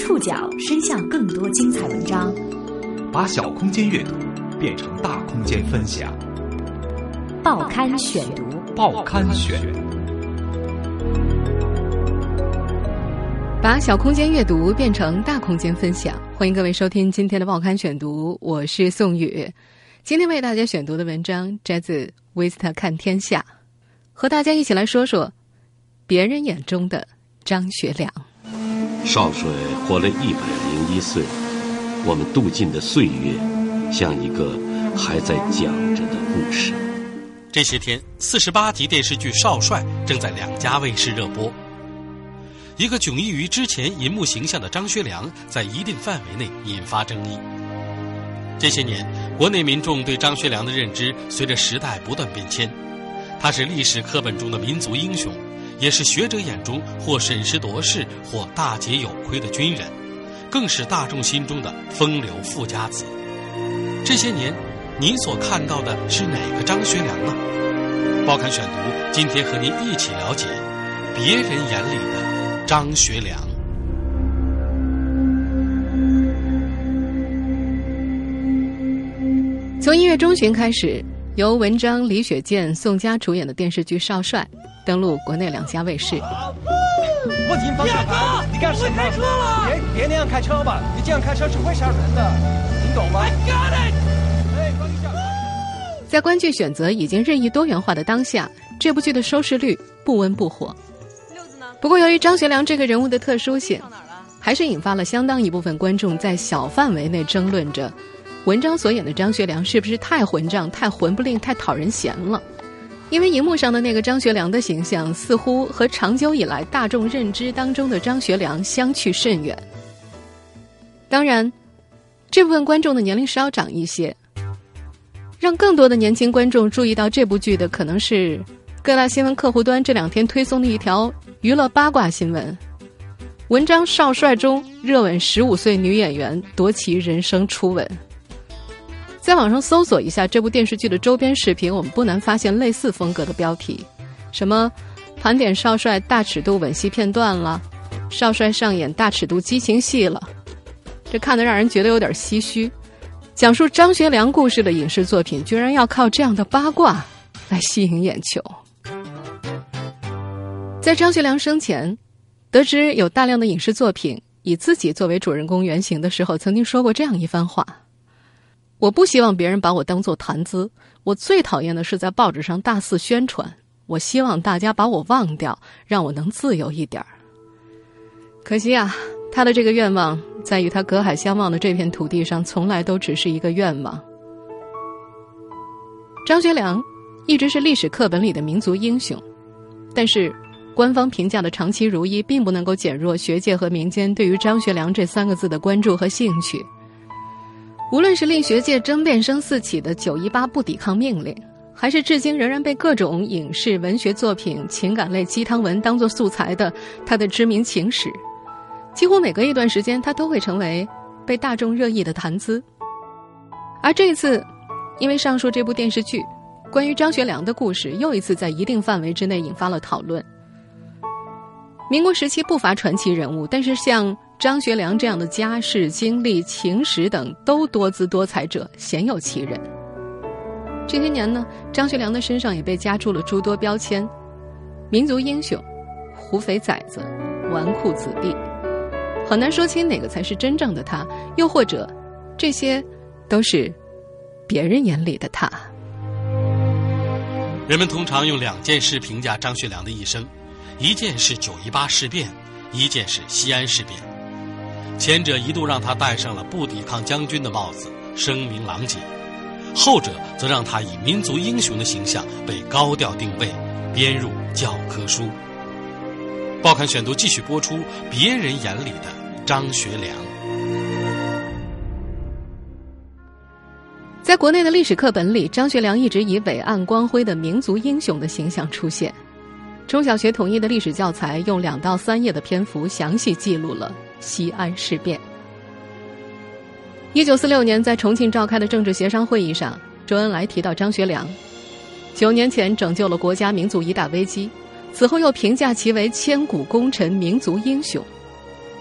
触角伸向更多精彩文章， 把小空间阅读变成大空间分享。 报刊选读， 报刊选。 把小空间阅读变成大空间分享，欢迎各位收听今天的报刊选读，我是宋宇。今天为大家选读的文章摘自维斯特看天下，和大家一起来说说别人眼中的张学良。 少帅活了101岁，我们度尽的岁月像一个还在讲着的故事。 这些天48集电视剧《少帅》正在2家卫视热播。一个迥异于之前银幕形象的张学良在一定范围内引发争议。这些年，国内民众对张学良的认知随着时代不断变迁，他是历史课本中的民族英雄，也是学者眼中或审时度势或大节有亏的军人，更是大众心中的风流富家子。这些年，您所看到的是哪个张学良呢？报刊选读今天和您一起了解别人眼里的张学良。 从1月中旬开始，由文章、李雪健、宋佳主演的电视剧《少帅》登陆国内2家卫视。 我紧方向盘，你干什么？开车了！别那样开车吧，你这样开车是会杀人的，你懂吗？ I got it！ 关一下。 在观剧选择已经日益多元化的当下，这部剧的收视率不温不火。不过由于张学良这个人物的特殊性，还是引发了相当一部分观众在小范围内争论着文章所演的张学良是不是太混账、太混不吝、太讨人嫌了。因为荧幕上的那个张学良的形象似乎和长久以来大众认知当中的张学良相去甚远。当然，这部分观众的年龄稍长一些，让更多的年轻观众注意到这部剧的可能是各大新闻客户端这2天推送的一条娱乐八卦新闻：文章《少帅》中热吻15岁女演员夺其人生初吻。在网上搜索一下这部电视剧的周边视频，我们不难发现类似风格的标题，什么盘点少帅大尺度吻戏片段了，少帅上演大尺度激情戏了，这看得让人觉得有点唏嘘。讲述张学良故事的影视作品居然要靠这样的八卦来吸引眼球。在张学良生前，得知有大量的影视作品以自己作为主人公原型的时候，曾经说过这样一番话：我不希望别人把我当作谈资，我最讨厌的是在报纸上大肆宣传，我希望大家把我忘掉，让我能自由一点。可惜啊，他的这个愿望在与他隔海相望的这片土地上从来都只是一个愿望。张学良一直是历史课本里的民族英雄，但是官方评价的长期如一并不能够减弱学界和民间对于张学良这3个字的关注和兴趣。无论是令学界争辩声四起的918不抵抗命令，还是至今仍然被各种影视文学作品、情感类鸡汤文当作素材的他的知名情史，几乎每隔一段时间他都会成为被大众热议的谈资。而这一次，因为上述这部电视剧，关于张学良的故事又一次在一定范围之内引发了讨论。民国时期不乏传奇人物，但是像张学良这样的家世、经历、情史等都多姿多彩者鲜有其人。这些年呢，张学良的身上也被加注了诸多标签：民族英雄、胡肥崽子、纨绔子弟，很难说清哪个才是真正的他，又或者这些都是别人眼里的他。 人们通常用2件事评价张学良的一生，一件是918事变，一件是西安事变。前者一度让他戴上了不抵抗将军的帽子，声名狼藉；后者则让他以民族英雄的形象被高调定位，编入教科书。报刊选读继续播出别人眼里的张学良。 在国内的历史课本里，张学良一直以伟岸光辉的民族英雄的形象出现。中小学统一的历史教材用2到3页的篇幅详细记录了西安事变。1946年在重庆召开的政治协商会议上，周恩来提到张学良9年前拯救了国家民族一大危机，此后又评价其为千古功臣、民族英雄。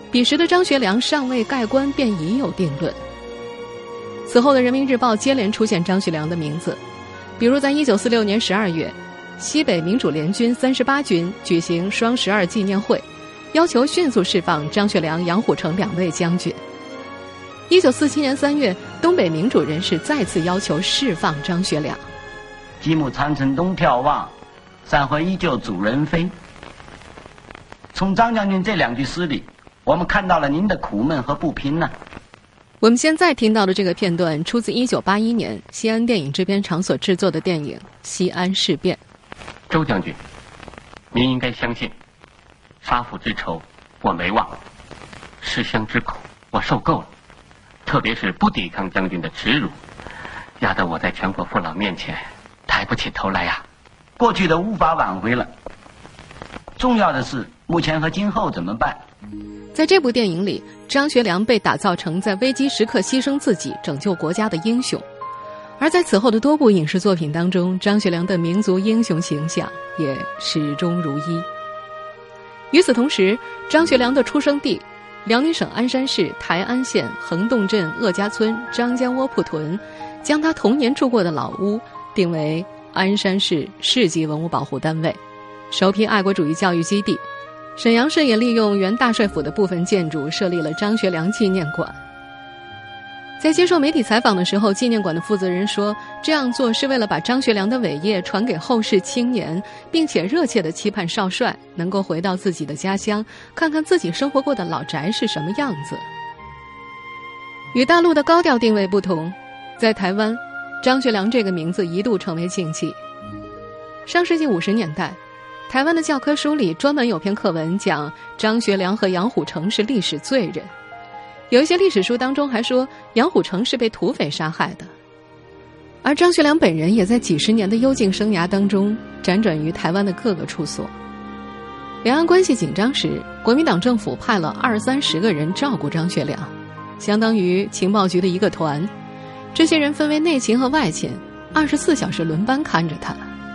彼时的张学良尚未盖棺便已有定论。此后的《人民日报》接连出现张学良的名字，比如在1946年12月，西北民主联军38军举行双12纪念会，要求迅速释放张学良、杨虎城2位将军。1947年3月，东北民主人士再次要求释放张学良。 极目长城东眺望，三回依旧主人飞。从张将军这2句诗里，我们看到了您的苦闷和不拼呢。 我们现在听到的这个片段出自1981年西安电影制片厂所制作的电影《西安事变》。 周将军，您应该相信，杀父之仇我没忘，尸乡之苦我受够了，特别是不抵抗将军的耻辱，压得我在全国父老面前抬不起头来呀。 过去的无法挽回了，重要的是目前和今后怎么办。 在这部电影里，张学良被打造成在危机时刻牺牲自己拯救国家的英雄，而在此后的多部影视作品当中，张学良的民族英雄形象也始终如一。与此同时，张学良的出生地辽宁省鞍山市台安县横洞镇鄂家村张家窝铺屯，将他童年住过的老屋定为鞍山市市级文物保护单位，首批爱国主义教育基地。沈阳市也利用原大帅府的部分建筑设立了张学良纪念馆。在接受媒体采访的时候，纪念馆的负责人说，这样做是为了把张学良的伟业传给后世青年，并且热切地期盼少帅能够回到自己的家乡，看看自己生活过的老宅是什么样子。与大陆的高调定位不同，在台湾，张学良这个名字一度成为禁忌。上世纪50年代，台湾的教科书里专门有篇课文讲张学良和杨虎城是历史罪人，有一些历史书当中还说杨虎城是被土匪杀害的。而张学良本人也在几十年的幽静生涯当中辗转于台湾的各个处所。两岸关系紧张时，国民党政府派了20-30个人照顾张学良，相当于情报局的一个团，这些人分为内勤和外勤，24小时轮班看着他。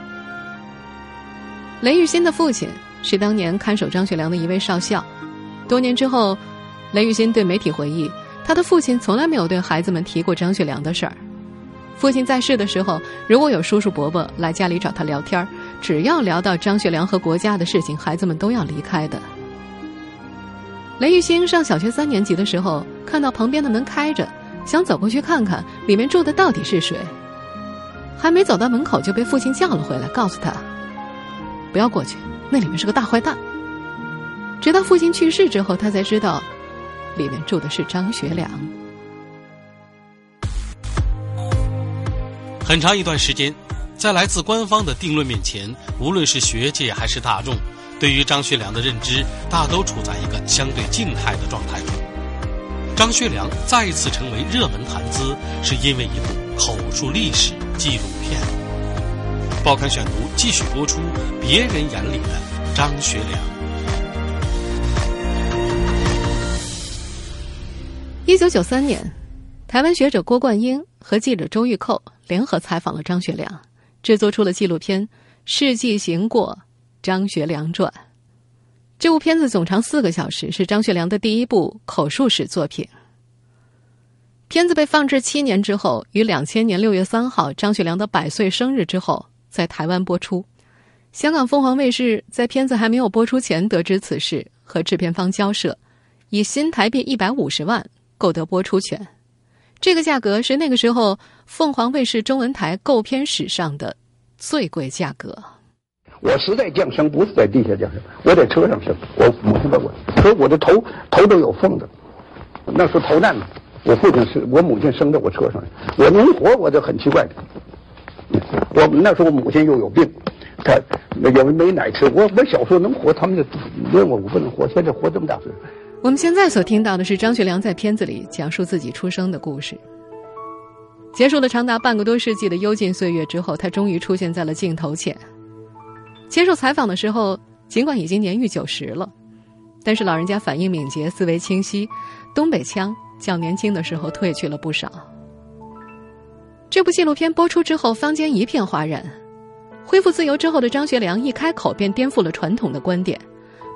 雷玉新的父亲是当年看守张学良的一位少校。多年之后，雷玉新对媒体回忆，他的父亲从来没有对孩子们提过张学良的事儿。父亲在世的时候，如果有叔叔伯伯来家里找他聊天，只要聊到张学良和国家的事情，孩子们都要离开的。雷玉新上小学3年级的时候，看到旁边的门开着，想走过去看看里面住的到底是谁，还没走到门口就被父亲叫了回来，告诉他不要过去，那里面是个大坏蛋。直到父亲去世之后，他才知道里面住的是张学良。 很长一段时间，在来自官方的定论面前，无论是学界还是大众，对于张学良的认知大都处在一个相对静态的状态中。张学良再次成为热门谈资，是因为一部口述历史纪录片。报刊选读继续播出别人眼里的张学良。 1993年，台湾学者郭冠英和记者周玉蔻联合采访了张学良，制作出了纪录片《世纪行过张学良传》。这部片子总长4个小时，是张学良的第一部口述史作品。片子被放置7年之后，于2000年6月3号张学良的100岁生日之后在台湾播出。香港凤凰卫视在片子还没有播出前得知此事，和制片方交涉，以新台币150万购得播出权。这个价格是那个时候凤凰卫视中文台购片史上的最贵价格。 我实在降生不是在地下降生，我在车上生。我母亲把我，所以我的头都有缝的。那时候逃难嘛，我母亲生在我车上，我能活我就很奇怪的。我那时候我母亲又有病，她也没奶吃。我小时候能活，他们就问我不能活，现在活这么大岁数。 我们现在所听到的是张学良在片子里讲述自己出生的故事。结束了长达半个多世纪的幽静岁月之后，他终于出现在了镜头前。接受采访的时候，尽管已经年逾90了，但是老人家反应敏捷，思维清晰，东北腔较年轻的时候褪去了不少。这部纪录片播出之后，坊间一片哗然。恢复自由之后的张学良一开口便颠覆了传统的观点，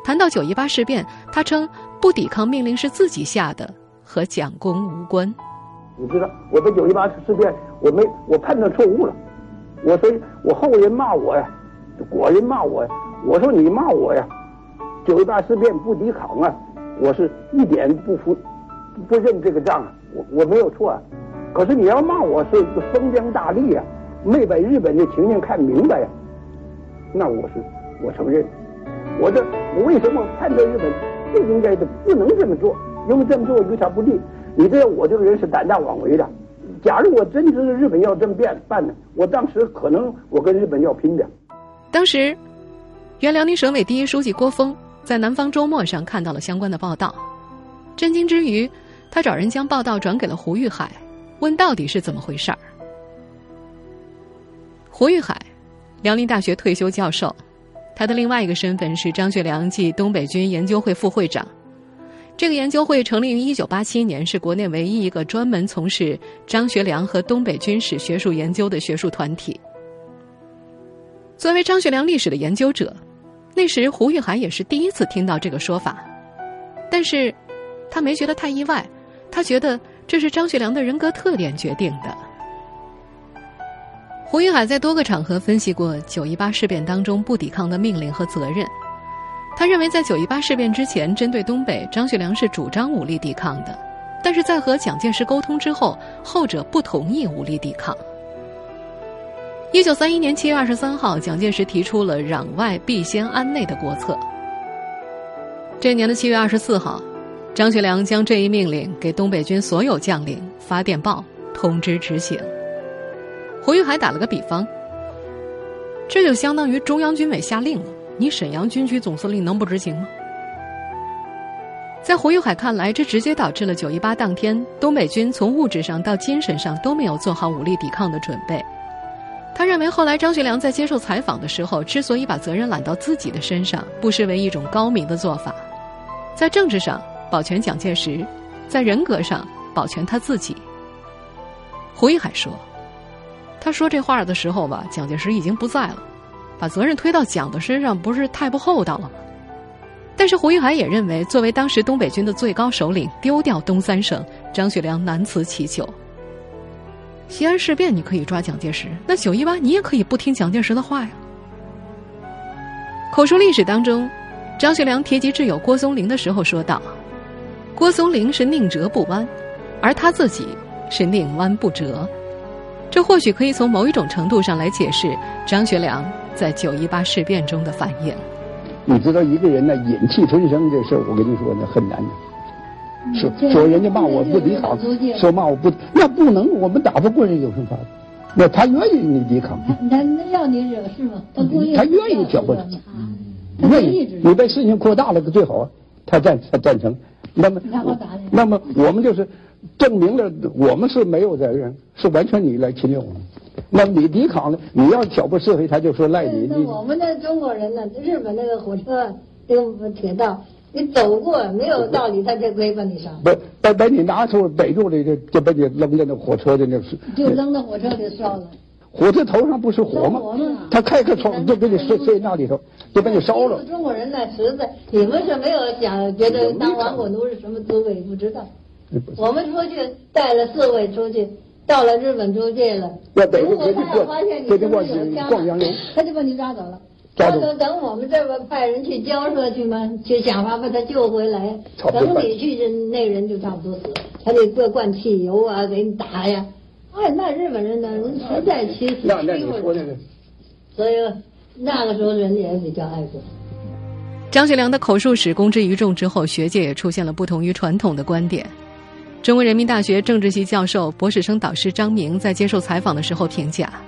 谈到9·18事变，他称不抵抗命令是自己下的，和蒋公无关。 你知道，我被9·18事变，我判断错误了，所以我后人骂我呀，果人骂我呀，我说你骂我呀，9·18事变不抵抗啊，我是一点不认这个账啊，我没有错啊。可是你要骂我是封疆大吏啊，没把日本的情形看明白呀，那我承认。我为什么判断日本不应该的，不能这么做？因为这么做于他不利。你知道我这个人是胆大妄为的。假如我真知道日本要这么办呢，我当时可能我跟日本要拼的。 当时，原辽宁省委第一书记郭峰在《南方周末》上看到了相关的报道，震惊之余，他找人将报道转给了胡玉海，问到底是怎么回事儿。胡玉海，辽宁大学退休教授。他的另外一个身份是张学良暨东北军研究会副会长。这个研究会成立于1987年，是国内唯一一个专门从事张学良和东北军史学术研究的学术团体。作为张学良历史的研究者，那时胡玉海也是第一次听到这个说法，但是他没觉得太意外，他觉得这是张学良的人格特点决定的。胡玉海在多个场合分析过9·18事变当中不抵抗的命令和责任。他认为在9·18事变之前，针对东北，张学良是主张武力抵抗的，但是在和蒋介石沟通之后，后者不同意武力抵抗。1931年7月23号，蒋介石提出了攘外必先安内的国策。这年的7月24号，张学良将这一命令给东北军所有将领发电报通知执行。胡玉海打了个比方，这就相当于中央军委下令了，你沈阳军区总司令能不执行吗？在胡玉海看来，这直接导致了9·18当天东北军从物质上到精神上都没有做好武力抵抗的准备。他认为后来张学良在接受采访的时候，之所以把责任揽到自己的身上，不失为一种高明的做法，在政治上保全蒋介石，在人格上保全他自己。胡玉海说，他说这话的时候吧，蒋介石已经不在了，把责任推到蒋的身上不是太不厚道了吗？但是胡玉海也认为，作为当时东北军的最高首领，丢掉东三省，张学良难辞其咎。西安事变你可以抓蒋介石，那9·18你也可以不听蒋介石的话呀。口述历史当中，张学良提及挚友郭松龄的时候说道，郭松龄是宁折不弯，而他自己是宁弯不折。这或许可以从某一种程度上来解释张学良在9·18事变中的反应。 你知道一个人呢忍气吞声这事儿，我跟你说呢很难的。说人家骂我不抵抗，说骂我不，那不能，我们打不过人有什么法子？那他愿意你抵抗， 那要你惹事吗？他愿意挑拨，愿意你把事情扩大了最好啊，他赞成。那么我们就是证明了我们是没有责任，是完全你来侵略我们。那么你抵抗了，你要挑拨是非，他就说赖你。 我们的中国人呢，日本那个火车那个铁道，你走过没有道理，他就可以把你杀。 把你拿出逮住了，就把你扔在那火车的那是， 就扔到火车里烧了。 火车头上不是火吗？他开个窗就给你塞那里头，就把你烧了。 中国人呢，实在你们是没有觉得当亡国奴是什么滋味，不知道。我们出去带了4位出去，到了日本租界了。如果他要发现你身上有枪，他就把你抓走了。等我们这边派人去交涉去嘛，去想法把他救回来。等你去，那人就差不多死了，他得各灌汽油啊，给你打呀。哎，那日本人呢，人实在欺负。 那你说那个， 所以那个时候人也比较爱国。 张学良的口述史公之于众之后，学界也出现了不同于传统的观点。中国人民大学政治系教授、博士生导师张明在接受采访的时候评价，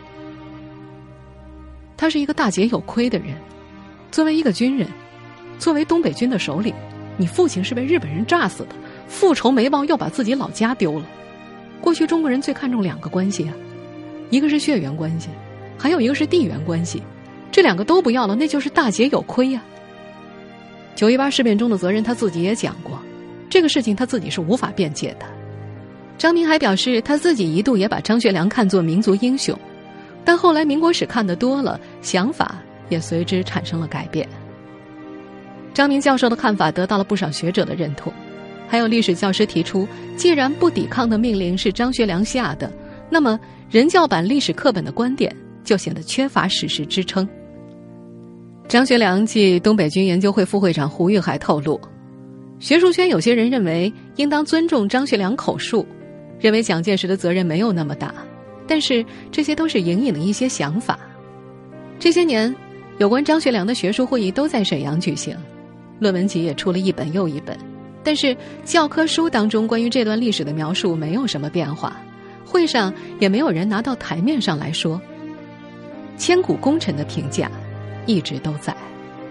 他是一个大节有亏的人。作为一个军人，作为东北军的首领，你父亲是被日本人炸死的，复仇没报，又把自己老家丢了。过去中国人最看重2个关系啊，一个是血缘关系，还有一个是地缘关系，这2个都不要了，那就是大节有亏啊。9·18事变中的责任他自己也讲过，这个事情他自己是无法辩解的。张明还表示，他自己一度也把张学良看作民族英雄，但后来民国史看得多了，想法也随之产生了改变。 张明教授的看法得到了不少学者的认同，还有历史教师提出，既然不抵抗的命令是张学良下的，那么人教版历史课本的观点就显得缺乏史实支撑。张学良暨东北军研究会副会长胡玉还透露，学术圈有些人认为应当尊重张学良口述，认为蒋介石的责任没有那么大，但是这些都是隐隐的一些想法。这些年有关张学良的学术会议都在沈阳举行，论文集也出了一本又一本，但是教科书当中关于这段历史的描述没有什么变化，会上也没有人拿到台面上来说。千古功臣的评价一直都在。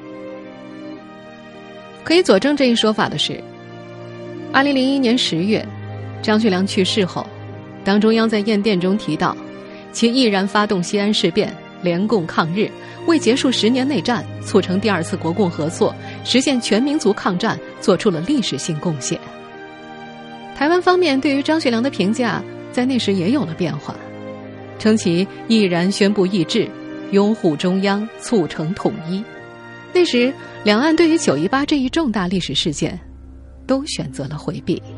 可以佐证这一说法的是2001年10月张学良去世后，党中央在唁电中提到，其毅然发动西安事变，联共抗日，为结束10年内战，促成第2次国共合作，实现全民族抗战做出了历史性贡献。台湾方面对于张学良的评价在那时也有了变化，称其毅然宣布意志，拥护中央，促成统一。那时两岸对于9·18这一重大历史事件都选择了回避。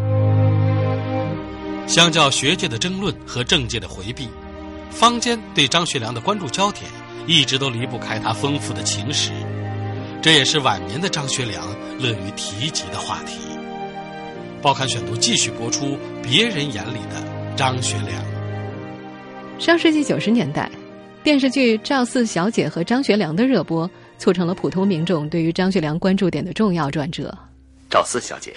相较学界的争论和政界的回避，坊间对张学良的关注焦点一直都离不开他丰富的情史，这也是晚年的张学良乐于提及的话题。报刊选读继续播出别人眼里的张学良。 上世纪90年代，电视剧《赵四小姐和张学良》的热播，促成了普通民众对于张学良关注点的重要转折。 赵四小姐，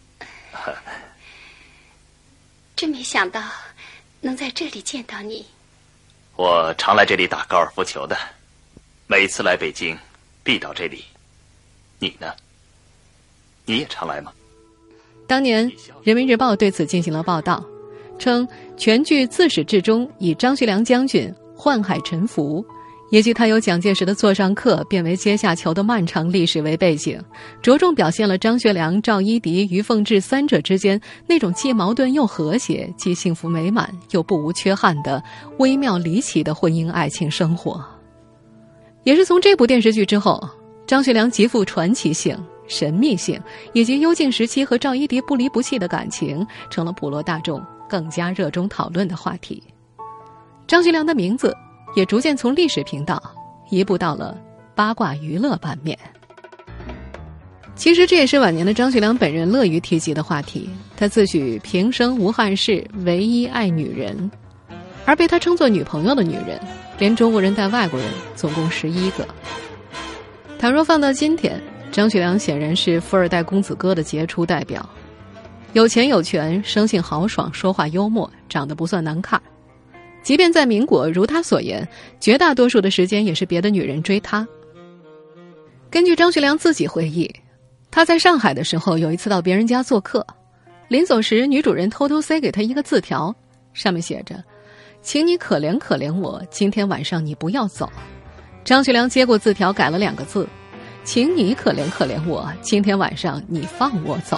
真没想到能在这里见到你。 我常来这里打高尔夫球的，每次来北京必到这里。你呢？你也常来吗？ 当年《人民日报》对此进行了报道，称全剧自始至终以张学良将军宦海沉浮，也即他由蒋介石的座上客变为阶下囚的漫长历史为背景，着重表现了张学良、赵一荻、于凤至三者之间那种既矛盾又和谐，既幸福美满又不无缺憾的微妙离奇的婚姻爱情生活。也是从这部电视剧之后，张学良极富传奇性、神秘性，以及幽静时期和赵一荻不离不弃的感情，成了普罗大众更加热衷讨论的话题。张学良的名字也逐渐从历史频道移步到了八卦娱乐版面。其实这也是晚年的张学良本人乐于提及的话题，他自诩平生无憾事，唯一爱女人，而被他称作女朋友的女人，连中国人带外国人总共11个。倘若放到今天，张学良显然是富二代公子哥的杰出代表，有钱有权，生性豪爽，说话幽默，长得不算难看。即便在民国，如他所言，绝大多数的时间也是别的女人追他。根据张学良自己回忆，他在上海的时候有一次到别人家做客，临走时女主人偷偷塞给他一个字条，上面写着：请你可怜可怜我，今天晚上你不要走。张学良接过字条改了2个字：请你可怜可怜我，今天晚上你放我走。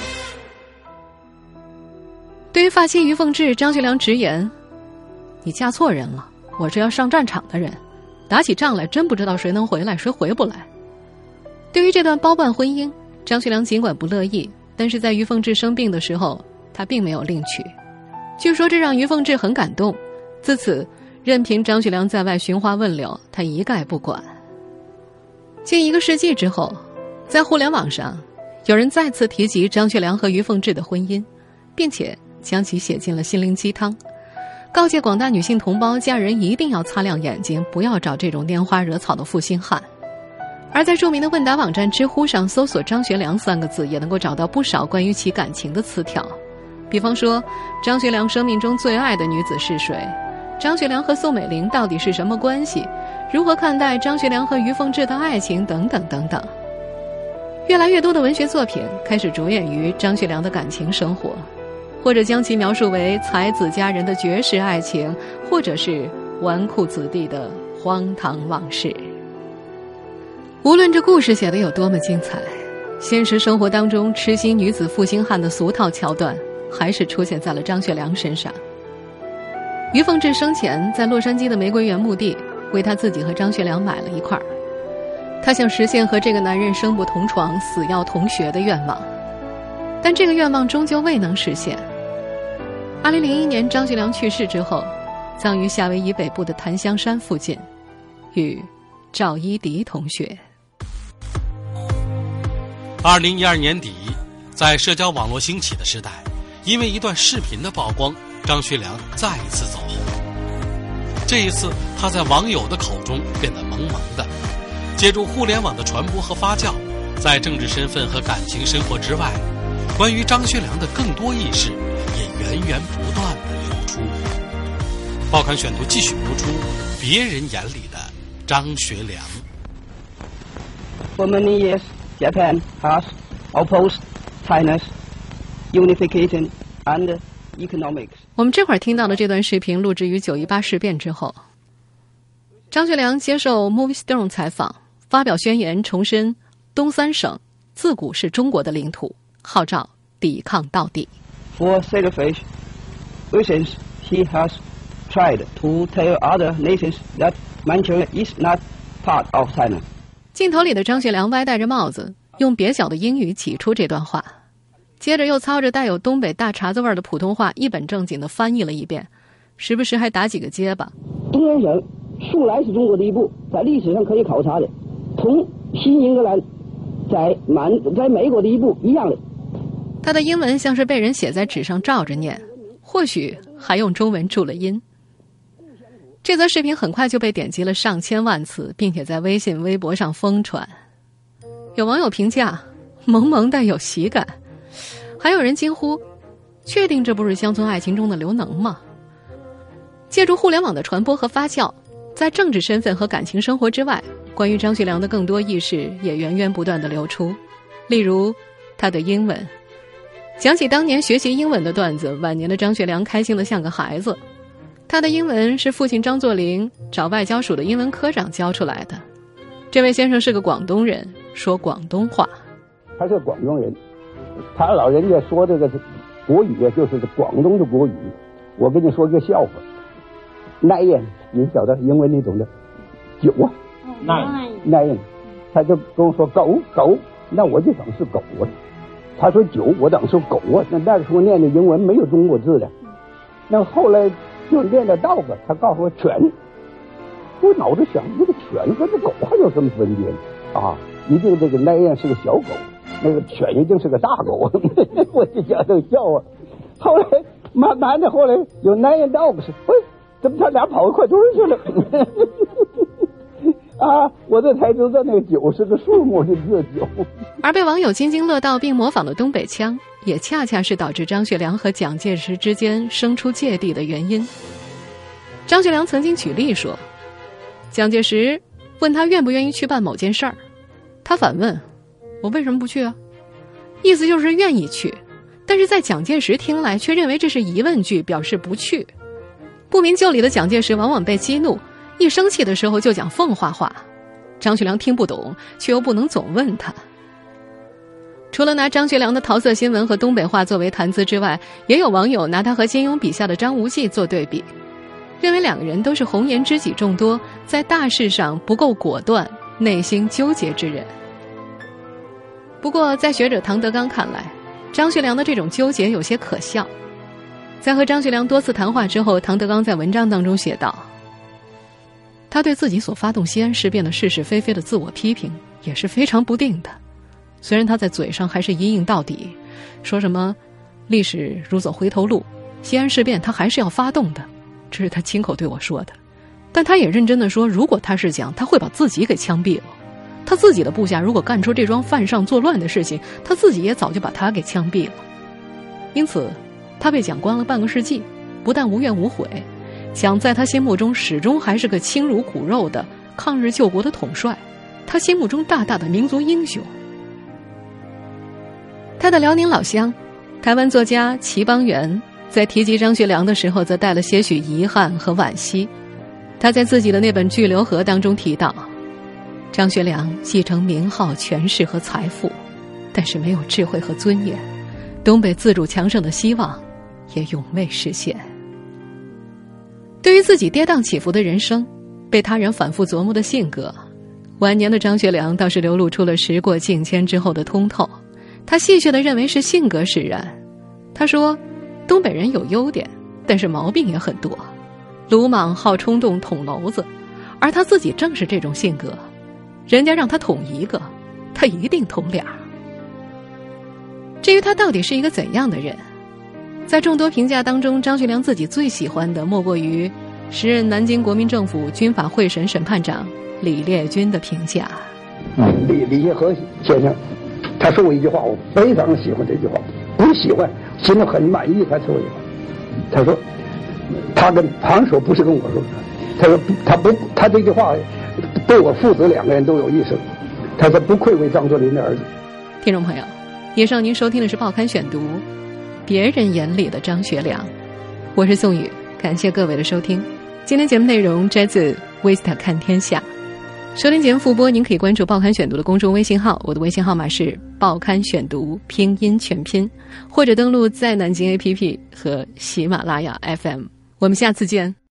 对于发妻于凤至，张学良直言：你嫁错人了，我是要上战场的人，打起仗来真不知道谁能回来谁回不来。对于这段包办婚姻，张学良尽管不乐意，但是在于凤至生病的时候，他并没有另娶。据说这让于凤至很感动，自此任凭张学良在外寻花问柳，他一概不管。近1个世纪之后，在互联网上有人再次提及张学良和于凤至的婚姻，并且将其写进了心灵鸡汤，告诫广大女性同胞，嫁人一定要擦亮眼睛，不要找这种拈花惹草的负心汉。而在著名的问答网站知乎上搜索张学良3个字，也能够找到不少关于其感情的词条，比方说张学良生命中最爱的女子是谁，张学良和宋美龄到底是什么关系，如何看待张学良和于凤至的爱情等等等等。越来越多的文学作品开始着眼于张学良的感情生活，或者将其描述为才子佳人的绝世爱情，或者是纨绔子弟的荒唐往事。无论这故事写得有多么精彩，现实生活当中痴心女子负心汉的俗套桥段还是出现在了张学良身上。于凤至生前在洛杉矶的玫瑰园墓地为他自己和张学良买了一块， 他想实现和这个男人生不同床、死要同学的愿望，但这个愿望终究未能实现。2001年张学良去世之后，葬于夏威夷北部的檀香山附近，与赵一荻同学。 2012年底，在社交网络兴起的时代，因为一段视频的曝光，张学良再一次走红。这一次，他在网友的口中变得萌萌的，借助互联网的传播和发酵，在政治身份和感情生活之外，关于张学良的更多意识也源源不断地流出。报刊选读继续播出别人眼里的张学良。 For many years, Japan has opposed China's unification and economics. 我们这会儿听到的这段视频录制于9·18事变之后，张学良接受 Movie Stone 采访，发表宣言，重申东三省自古是中国的领土，号召抵抗到底。 For selfish reasons, he has tried to tell other nations that Manchuria is not part of China. 镜头里的张学良歪戴着帽子，用蹩脚的英语挤出这段话，接着又操着带有东北大碴子味的普通话一本正经地翻译了一遍，时不时还打几个结巴。 东三省素来是中国的一部，在历史上可以考察的，同新英格兰在美国的一部一样的。 他的英文像是被人写在纸上照着念，或许还用中文注了音。这则视频很快就被点击了上千万次，并且在微信、微博上疯传。有网友评价萌萌但有喜感，还有人惊呼：确定这不是乡村爱情中的刘能吗？借助互联网的传播和发酵，在政治身份和感情生活之外，关于张学良的更多意识也源源不断地流出。例如他的英文，讲起当年学习英文的段子，晚年的张学良开心得像个孩子。他的英文是父亲张作霖找外交署的英文科长教出来的。这位先生是个广东人，说广东话。 他是广东人，他老人家说这个国语啊，就是广东的国语。我跟你说个笑话，奈燕，你晓得英文里懂的，酒啊，奈燕，他就跟我说狗，那我就当是狗啊。他说酒，我当是狗啊。那时候念的英文没有中国字的，那后来就练了道吧，他告诉我犬，我脑子想这个犬跟这狗还有什么分别啊？一定这个奈燕是个小狗，那个犬一定是个大狗，我就觉得笑啊。后来慢慢的，后来有奈燕 dogs， 喂，怎么他俩跑一块堆去了？啊，我这才知道那个酒是个树木的热酒。 而被网友津津乐道并模仿的东北腔，也恰恰是导致张学良和蒋介石之间生出芥蒂的原因。张学良曾经举例说，蒋介石问他愿不愿意去办某件事儿，他反问我为什么不去啊？意思就是愿意去，但是在蒋介石听来却认为这是疑问句，表示不去。不明就里的蒋介石往往被激怒，一生气的时候就讲奉化话，张学良听不懂，却又不能总问他。除了拿张学良的桃色新闻和东北话作为谈资之外，也有网友拿他和金庸笔下的张无忌做对比，认为两个人都是红颜知己众多，在大事上不够果断，内心纠结之人。不过在学者唐德刚看来，张学良的这种纠结有些可笑。在和张学良多次谈话之后，唐德刚在文章当中写道，他对自己所发动西安事变的是是非非的自我批评也是非常不定的。虽然他在嘴上还是一硬到底，说什么历史如走回头路，西安事变他还是要发动的，这是他亲口对我说的。但他也认真地说，如果他是蒋，他会把自己给枪毙了。他自己的部下如果干出这桩犯上作乱的事情，他自己也早就把他给枪毙了。因此他被蒋关了半个世纪，不但无怨无悔，蒋在他心目中始终还是个轻如骨肉的抗日救国的统帅，他心目中大大的民族英雄。他的辽宁老乡台湾作家齐邦媛在提及张学良的时候，则带了些许遗憾和惋惜。他在自己的那本《巨流河》当中提到，张学良继承名号、权势和财富，但是没有智慧和尊严，东北自主强盛的希望也永未实现。对于自己跌宕起伏的人生，被他人反复琢磨的性格， 晚年的张学良倒是流露出了时过境迁之后的通透，他戏谑地认为是性格使然。他说，东北人有优点，但是毛病也很多，鲁莽好冲动捅娄子，而他自己正是这种性格，人家让他捅一个，他一定捅俩。至于他到底是一个怎样的人，在众多评价当中，张学良自己最喜欢的莫过于时任南京国民政府军法会审审判长李烈钧的评价。 李协和先生他说过一句话，我非常喜欢这句话，不喜欢心里很满意，他说一句话，他说他跟旁说，不是跟我说，他说他这句话对我父子两个人都有意思，他说不愧为张作霖的儿子。 听众朋友，以上您收听的是报刊选读，别人眼里的张学良，我是宋宇，感谢各位的收听。今天节目内容摘自《维斯塔看天下》，收听节目复播，您可以关注报刊选读的公众微信号，我的微信号码是报刊选读拼音全拼，或者登录在南京 APP 和喜马拉雅 FM。我们下次见。